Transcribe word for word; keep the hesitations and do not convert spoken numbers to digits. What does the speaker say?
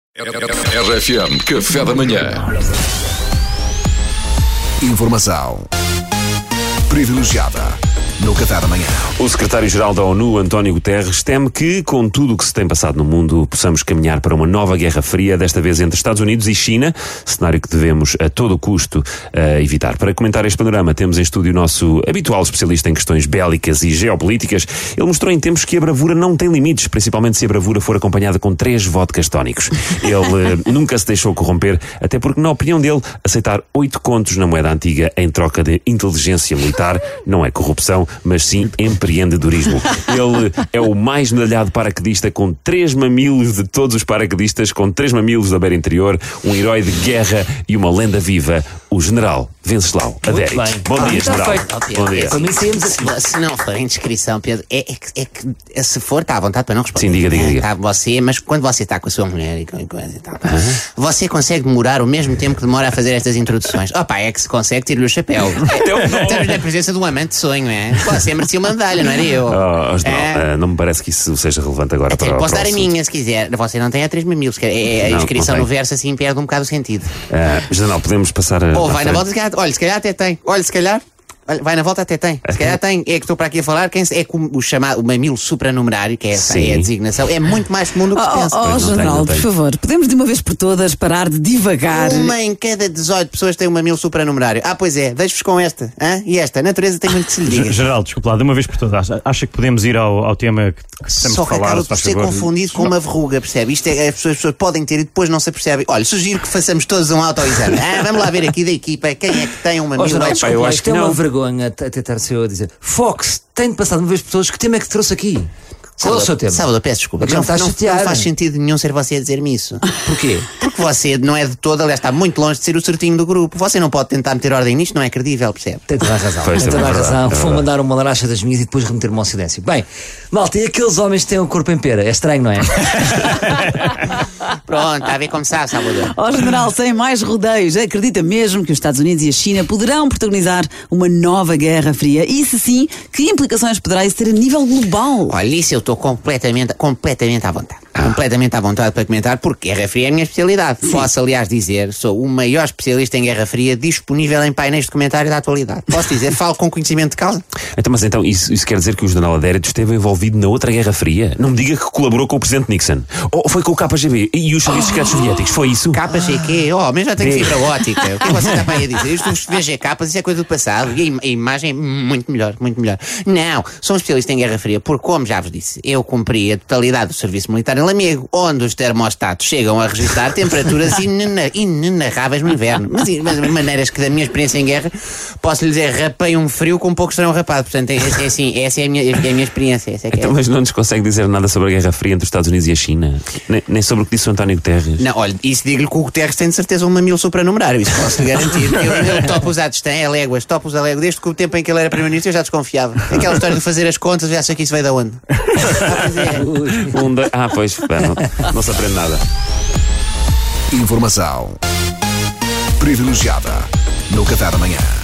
R F M Café da Manhã. Informação privilegiada no Café da Manhã. O secretário-geral da ONU, António Guterres, teme que, com tudo o que se tem passado no mundo, possamos caminhar para uma nova guerra fria, desta vez entre Estados Unidos e China, cenário que devemos a todo custo uh, evitar. Para comentar este panorama, temos em estúdio o nosso habitual especialista em questões bélicas e geopolíticas. Ele mostrou em tempos que a bravura não tem limites, principalmente se a bravura for acompanhada com três vodkas tónicos. Ele uh, nunca se deixou corromper, até porque, na opinião dele, aceitar oito contos na moeda antiga em troca de inteligência militar não é corrupção, mas sim empreendedorismo. Ele é o mais medalhado paraquedista, com três mamilos de todos os paraquedistas, com três mamilos da beira interior, um herói de guerra e uma lenda viva, o general Venceslau Adério. Bom ah, dia, general. Bom dia. É, se não for indiscrição, Pedro, é, é, é que se for, está à vontade para não responder. Sim, diga, diga, diga. Tá, você, mas quando você está com a sua mulher e coisa e tal, tá, uh-huh. você consegue demorar o mesmo tempo que demora a fazer estas introduções. Opa, é que se consegue, tire-lhe o chapéu. Estamos na presença de um amante de sonho, é? Você merecia uma medalha, não era eu? Oh, general, é... uh, não me parece que isso seja relevante agora. Até para posso para dar a minha, se quiser. Você não tem a três mamilos, que é, a inscrição no verso assim perde um bocado o sentido. Uh, general, podemos passar a. Ou vai na volta, se calhar, olha, se calhar até tem. Olha, se calhar. Vai na volta, até tem. Se calhar tem. É que estou para aqui a falar. Quem é que o, o chamado o mamilo supranumerário, que é essa é a designação, é muito mais comum do que se pensa. Oh, oh general, por favor, podemos de uma vez por todas parar de divagar. Uma em cada dezoito pessoas tem um mamilo supranumerário. Ah, pois é, deixo-vos com esta. Hã? E esta? A natureza tem muito que se lhe diga. General, desculpe lá, de uma vez por todas, acha que podemos ir ao, ao tema que, que estamos Só a falar? Só que acaba por ser favor. confundido com uma verruga, percebe? Isto é, as pessoas, as pessoas podem ter e depois não se apercebem. Olha, sugiro que façamos todos um autoexame. Ah, vamos lá ver aqui da equipa quem é que tem um mamilo. Oh, general, pá, eu acho que é não. uma vergonha tentar ser eu a dizer Fox, tem de passar de uma vez por todas, que tema é que trouxe aqui? Qual é o seu tema? Sábado, peço desculpa. Não, não, não, não, não faz sentido nenhum ser você a dizer-me isso. Porquê? Porque você não é de todo, aliás, está muito longe de ser o certinho do grupo. Você não pode tentar meter ordem nisto, não é credível, percebe? Tem toda a razão. Pois, tem toda a razão. É Vou mandar uma laracha das minhas e depois remeter-me ao silêncio. Bem, malta, e aqueles homens que têm o corpo em pera? É estranho, não é? Pronto, está a ver como sabe, Salvador. Ó, general, sem mais rodeios, acredita mesmo que os Estados Unidos e a China poderão protagonizar uma nova guerra fria? E se sim, que implicações poderá isso ter a nível global? Olha, isso eu estou completamente, completamente à vontade. Ah. Completamente à vontade para comentar, porque Guerra Fria é a minha especialidade. Sim. Posso, aliás, dizer, sou o maior especialista em Guerra Fria disponível em painéis de comentário da atualidade. Posso dizer, falo com conhecimento de causa. Então, mas então, isso, isso quer dizer que o general Adério esteve envolvido na outra Guerra Fria? Não me diga que colaborou com o presidente Nixon. Ou foi com o K G B e os serviços secretos soviéticos, foi isso? K G Q? Oh, mas já tenho fibra ótica. O que é que você está para aí a dizer? Isto dos V G K, isso é coisa do passado. E a imagem é muito melhor, muito melhor. Não, sou um especialista em Guerra Fria, porque, como já vos disse, eu cumpri a totalidade do serviço militar em Lamego, onde os termostatos chegam a registrar temperaturas inena- inenarráveis no inverno. Mas, mas maneiras que, da minha experiência em guerra, posso lhe dizer, rapei um frio com pouco serão rapado. Portanto, é, é assim, essa é a minha, é a minha experiência. Essa é que então, é. Mas não nos consegue dizer nada sobre a Guerra Fria entre os Estados Unidos e a China? Nem, nem sobre o que disse o António Guterres? Não, olha, isso digo-lhe que o Guterres tem de certeza um mamilo supranumerário, isso posso lhe garantir. Eu, eu topo usar distância, é léguas, topo usar léguas. Desde que o tempo em que ele era primeiro-ministro eu já desconfiava. Aquela história de fazer as contas, já acha que isso veio de onde? Ah, um, dois, ah pois, não, não se aprende nada. Informação privilegiada no Café da Manhã.